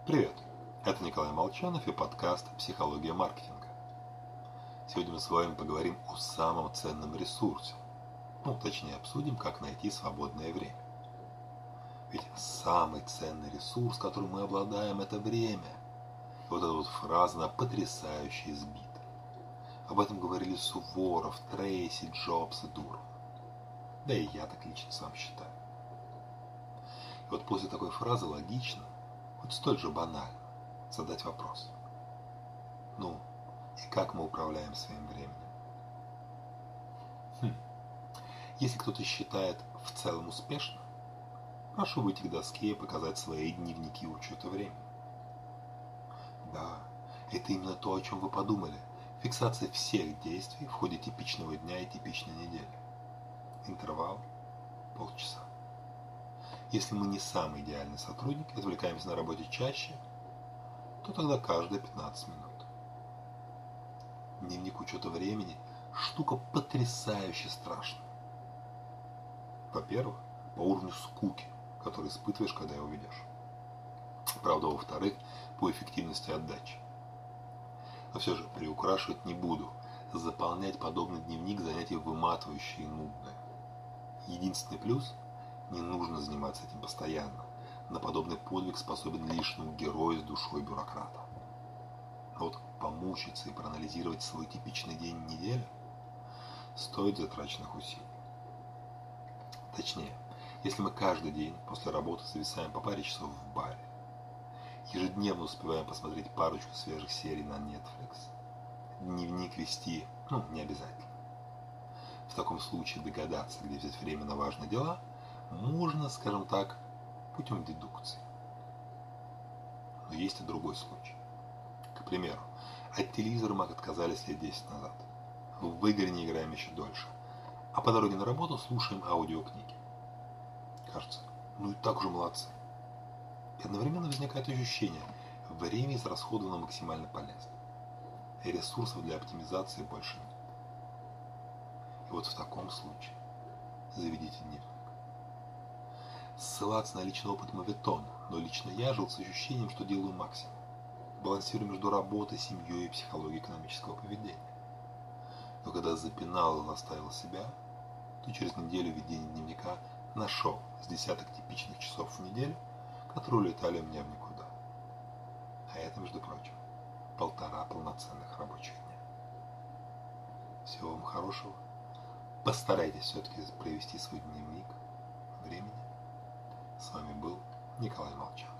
Привет! Это Николай Молчанов и подкаст «Психология маркетинга». Сегодня мы с вами поговорим о самом ценном ресурсе. Точнее, обсудим, как найти свободное время. Ведь самый ценный ресурс, которым мы обладаем, это время. И вот эта вот фраза, она потрясающе избита. Об этом говорили Суворов, Трейси, Джобс и Дуров. Да и я так лично сам считаю. И вот после такой фразы логично, вот столь же банально, задать вопрос. И как мы управляем своим временем? Если кто-то считает в целом успешно, прошу выйти к доске и показать свои дневники учета времени. Да, это именно то, о чем вы подумали. Фиксация всех действий в ходе типичного дня и типичной недели. Интервал – полчаса. Если мы не самый идеальный сотрудник и отвлекаемся на работе чаще, то тогда каждые 15 минут. Дневник учета времени – штука потрясающе страшная. Во-первых, по уровню скуки, который испытываешь, когда его ведешь. Правда, во-вторых, по эффективности отдачи. Но все же приукрашивать не буду. Заполнять подобный дневник – занятие выматывающее и нудное. Единственный плюс – не нужно заниматься этим постоянно. На подобный подвиг способен лишь герой с душой бюрократа. Но вот помучиться и проанализировать свой типичный день недели стоит затраченных усилий. Точнее, если мы каждый день после работы зависаем по паре часов в баре, ежедневно успеваем посмотреть парочку свежих серий на Netflix, дневник вести, не обязательно. В таком случае догадаться, где взять время на важные дела, можно, скажем так, путем дедукции. Но есть и другой случай. К примеру, от телевизора мы отказались лет 10 назад. В игры не играем еще дольше. А по дороге на работу слушаем аудиокниги. Кажется, и так уже молодцы. И одновременно возникает ощущение, время израсходовано максимально полезно. И ресурсов для оптимизации больше нет. И вот в таком случае заведите дневник. Ссылаться на личный опыт моветон, но лично я жил с ощущением, что делаю максимум. Балансирую между работой, семьей и психологией экономического поведения. Но когда запинал и заставил себя, то через неделю ведения дневника нашел с десяток типичных часов в неделю, которые улетали у меня в никуда. А это, между прочим, 1,5 полноценных рабочих дня. Всего вам хорошего. Постарайтесь все-таки провести свой дневник времени. С вами был Николай Молчанов.